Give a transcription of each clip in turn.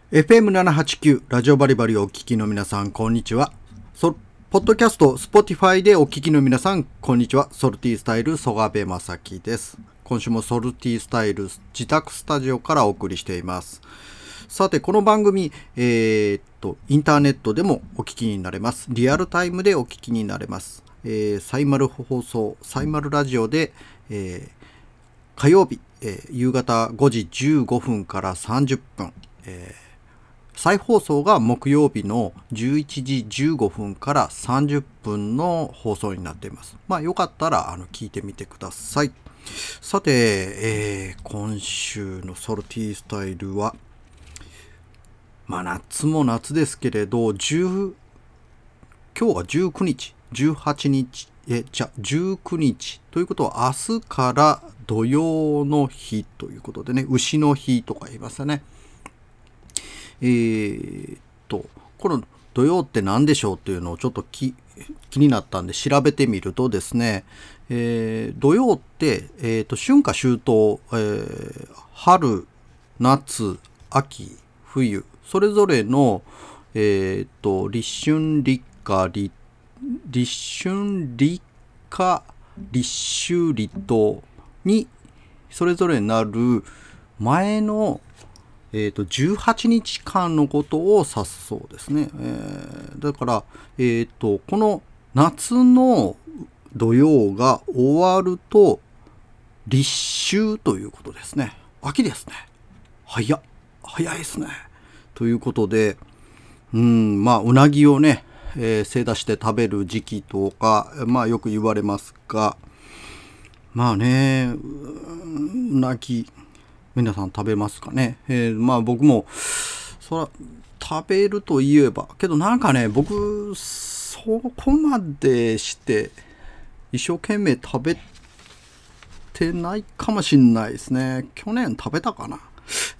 FM789 ラジオバリバリをお聞きの皆さん、こんにちは。ポッドキャスト Spotify でお聞きの皆さん、こんにちは。ソルティスタイル曽我部正樹です。今週もソルティスタイル自宅スタジオからお送りしています。さて、この番組、インターネットでもお聞きになれます。リアルタイムでお聞きになれます。サイマル放送、サイマルラジオで、火曜日、夕方5時15分から30分、再放送が木曜日の11時15分から30分の放送になっています。よかったら聞いてみてください。さて、今週のソルティースタイルは、夏も夏ですけれど、今日が19日、18日、19日ということは明日から土曜の日ということでね、牛の日とか言いますよね。この土曜って何でしょうっていうのをちょっと気になったんで調べてみるとですね、土曜って、春夏秋冬、春、夏、秋、冬、それぞれの、立春、立夏、立秋、立冬にそれぞれなる前の18日間のことを指すそうですね。だから、この夏の土曜が終わると立秋ということですね。秋ですね。早いですね。ということで、うなぎをね、精出して食べる時期とか、よく言われますが、うなぎ皆さん食べますかね。僕もそら食べると言えばけど僕そこまでして一生懸命食べてないかもしんないですね。去年食べたかな。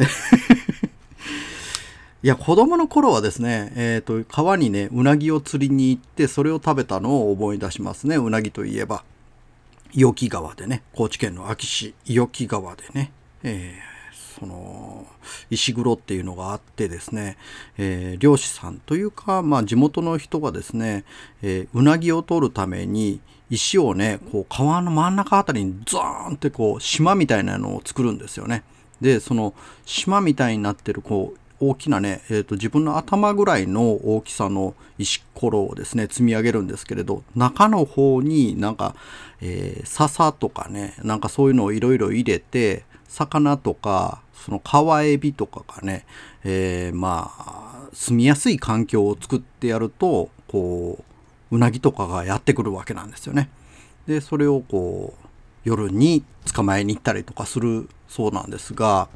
いや、子供の頃はですね、川にねうなぎを釣りに行ってそれを食べたのを思い出しますね。うなぎといえば伊予木川でね、高知県の安芸市伊予木川でね、その石黒っていうのがあってですね、漁師さんというか、地元の人がですね、うなぎを取るために石をねこう川の真ん中あたりにザーンってこう島みたいなのを作るんですよね。でその島みたいになってるこう大きなね、自分の頭ぐらいの大きさの石ころをですね積み上げるんですけれど、中の方に笹とかねそういうのをいろいろ入れて、魚とかその川エビとかがね、住みやすい環境を作ってやるとこううなぎとかがやってくるわけなんですよね。でそれをこう夜に捕まえに行ったりとかするそうなんですが、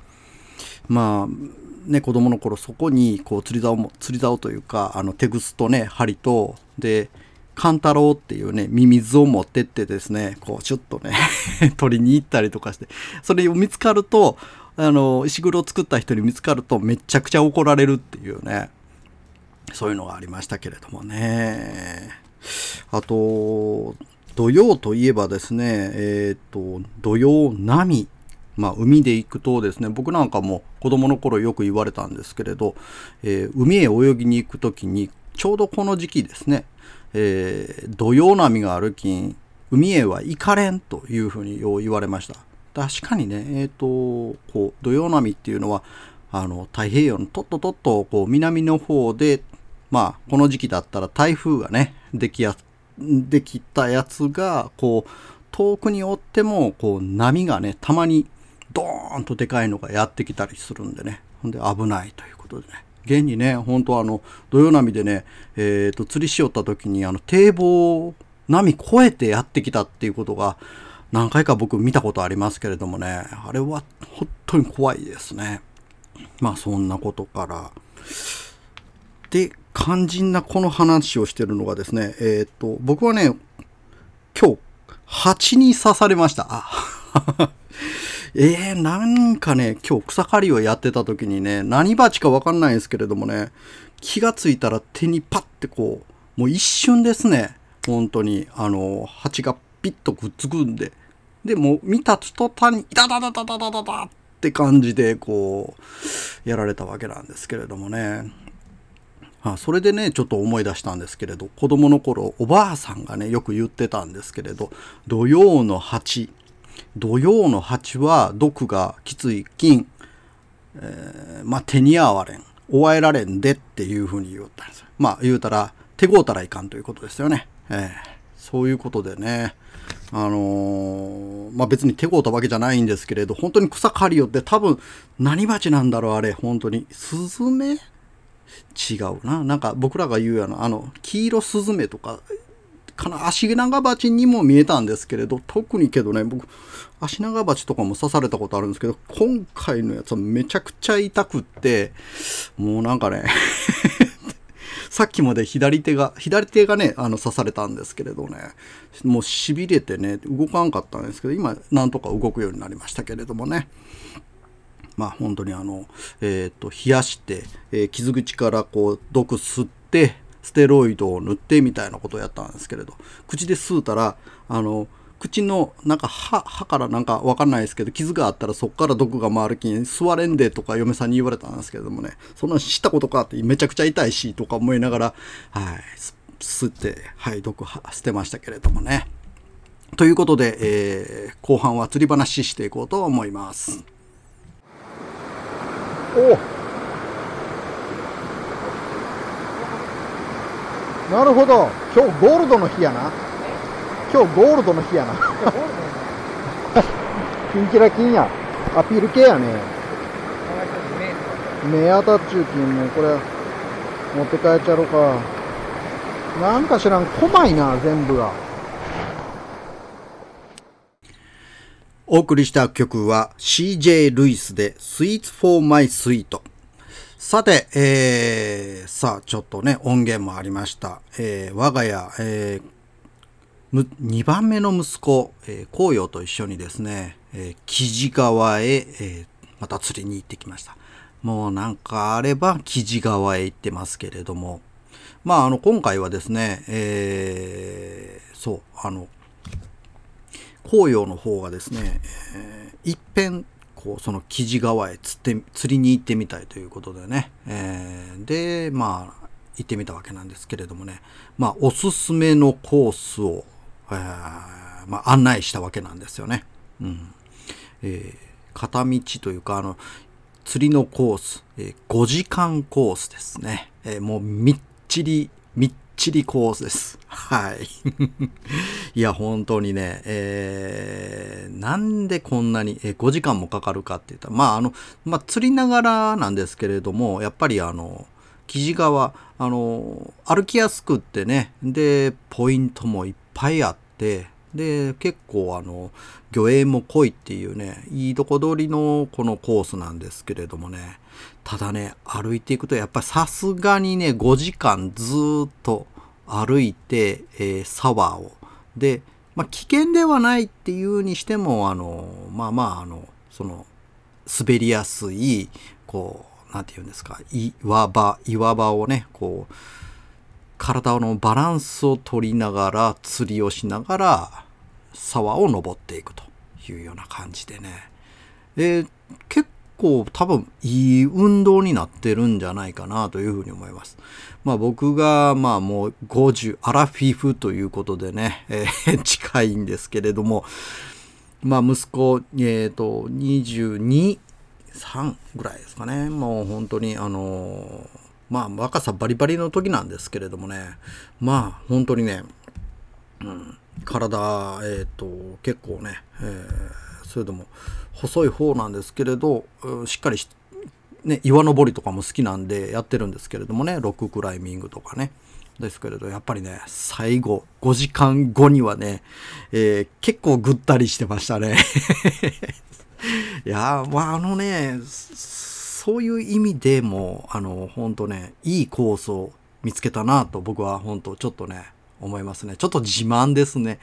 子供の頃そこにこう釣り竿というかテグスとね針とでカンタロウっていうねミミズを持ってってですねこうちょっとね取りに行ったりとかして、それを見つかると石黒を作った人に見つかるとめちゃくちゃ怒られるっていうね、そういうのがありましたけれどもね。あと土曜といえばですね、土曜波、海で行くとですね、僕なんかも子供の頃よく言われたんですけれど、海へ泳ぎに行くときにちょうどこの時期ですね、土曜波があるきん海へは行かれんというふうに言われました。確かにね、こう土曜波っていうのは太平洋のとっとこう南の方で、この時期だったら台風がねできたやつがこう遠くにおってもこう波がねたまにドーンとでかいのがやってきたりするんでね、ほんで危ないということでね、現にね本当土曜波でね、釣りしよった時に堤防波越えてやってきたっていうことが何回か僕見たことありますけれどもね、あれは本当に怖いですね。そんなことからで肝心なこの話をしてるのがですね、僕はね今日蜂に刺されました。今日草刈りをやってた時にね、何蜂か分かんないんですけれどもね、気がついたら手にパッてこうもう一瞬ですね、本当に蜂がピッとくっつくんで、もう見た途端にイタタタタタタタタって感じでこやられたわけなんですけれどもね。それでねちょっと思い出したんですけれど、子供の頃おばあさんがねよく言ってたんですけれど、土曜の8、土曜の8は毒がきつい菌、手に合われん、終えられんでっていうふうに言ったんですよ。言うたら手ごうたらいかんということですよね。そういうことでね、別に手ごうたわけじゃないんですけれど、本当に草刈りよって多分何鉢なんだろうあれ、本当にスズメ、違うな、なんか僕らが言う黄色スズメとかかな、足長鉢にも見えたんですけれど、特にけどね、僕足長鉢とかも刺されたことあるんですけど、今回のやつはめちゃくちゃ痛くって、もうなんかねさっきまで左手がね刺されたんですけれどね、もうしびれてね動かんかったんですけど、今なんとか動くようになりましたけれどもね。本当に冷やして、傷口からこう毒吸ってステロイドを塗ってみたいなことをやったんですけれど、口で吸うたら口のなんか歯からなんかわかんないですけど、傷があったらそっから毒が回るきに吸われんでとか嫁さんに言われたんですけれどもね、そんな知ったことかってめちゃくちゃ痛いしとか思いながら、吸って毒捨てましたけれどもね。ということで、後半は釣り話していこうと思います。なるほど、今日ゴールドの日やな。今日ゴールドの日やな。キンキラキンや。アピール系やね。目当たっちゅうきん、もうこれ持って帰っちゃろうか。なんか知らん、細いな全部が。お送りした曲は CJ ルイスで Sweets for My Sweet。さて、ちょっとね音源もありました。我が家、2番目の息子、紅葉と一緒にですね、木地川へ、また釣りに行ってきました。もうなんかあれば木地川へ行ってますけれども、今回はですね、紅葉の方がですね、いっぺんこうその木地川へ釣りに行ってみたいということでね、で行ってみたわけなんですけれどもね、おすすめのコースを、案内したわけなんですよね。片道というか釣りのコース、5時間コースですね。もうみっちりコースです。はい。いや本当にね、なんでこんなに5時間もかかるかって言ったら、釣りながらなんですけれども、やっぱり木地川歩きやすくってね、でポイントもいっぱいあって、で結構魚影も濃いっていうね、いいとこ取りのこのコースなんですけれどもね、ただね歩いていくとやっぱりさすがにね5時間ずっと歩いて、沢をで、危険ではないっていうにしてもその滑りやすいこうなんていうんですか、岩場をねこう体のバランスを取りながら釣りをしながら沢を登っていくというような感じでね、結構多分いい運動になってるんじゃないかなというふうに思います。僕がもう50アラフィフということでね、近いんですけれども、息子22、3ぐらいですかね。もう本当に若さバリバリの時なんですけれどもね、本当にね、体結構ね、それでも細い方なんですけれど、しっかりね、岩登りとかも好きなんでやってるんですけれどもね、ロッククライミングとかねですけれど、やっぱりね最後5時間後にはね、結構ぐったりしてましたね。いやそういう意味でも本当ねいいコースを見つけたなと僕は本当ちょっとね思いますね。ちょっと自慢ですね。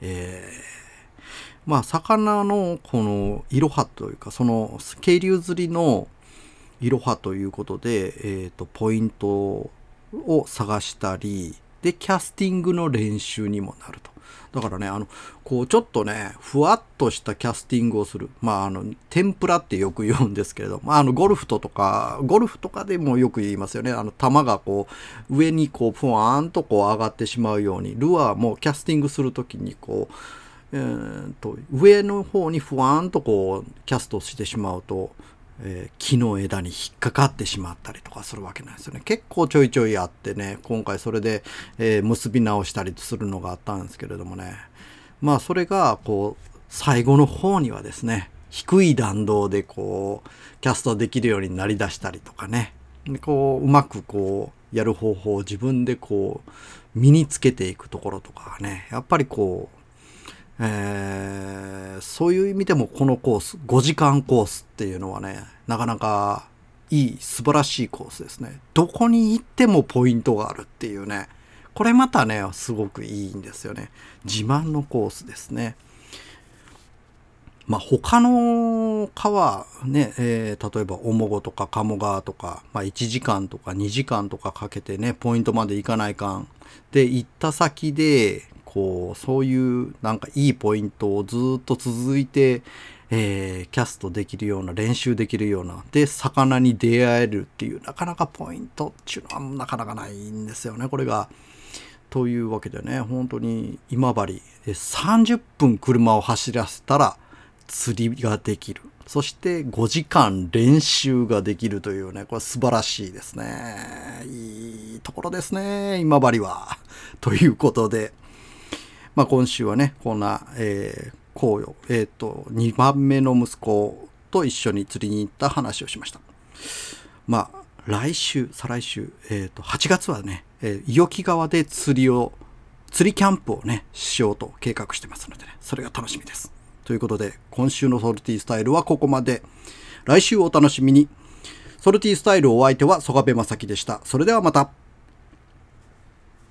魚のこのいろはというか、その渓流釣りのいろはということで、ポイントを探したりでキャスティングの練習にもなると。 だからね、こうちょっとね、ふわっとしたキャスティングをする。天ぷらってよく言うんですけれども、ゴルフとかでもよく言いますよね。球がこう、上にこう、ふわーんとこう上がってしまうように、ルアーもキャスティングするときにこう、上の方にふわーんとこう、キャストしてしまうと、木の枝に引っかかってしまったりとかするわけなんですよね。結構ちょいちょいあってね、今回それで、結び直したりするのがあったんですけれどもね。それがこう最後の方にはですね、低い弾道でこうキャストできるようになりだしたりとかね、でこううまくこうやる方法を自分でこう身につけていくところとかね、やっぱりこうそういう意味でもこのコース、5時間コースっていうのはね、なかなかいい、素晴らしいコースですね。どこに行ってもポイントがあるっていうね、これまたね、すごくいいんですよね。自慢のコースですね。他の川ね、例えば面郷とか鴨川とか、1時間とか2時間とかかけてね、ポイントまで行かないかん。で、行った先で、こう、そういうなんかいいポイントをずっと続いて、キャストできるような、練習できるような、で、魚に出会えるっていう、なかなかポイントっていうのはなかなかないんですよね、これが。というわけでね、本当に今治で30分車を走らせたら釣りができる。そして5時間練習ができるというね、これ素晴らしいですね。いいところですね、今治は。ということで、今週はね、こんな、紅葉、2番目の息子と一緒に釣りに行った話をしました。来週、再来週、8月はね、伊予木川で釣りキャンプをね、しようと計画してますのでね、それが楽しみです。ということで、今週のソルティースタイルはここまで。来週お楽しみに。ソルティースタイルお相手は曽我部正樹でした。それではまた。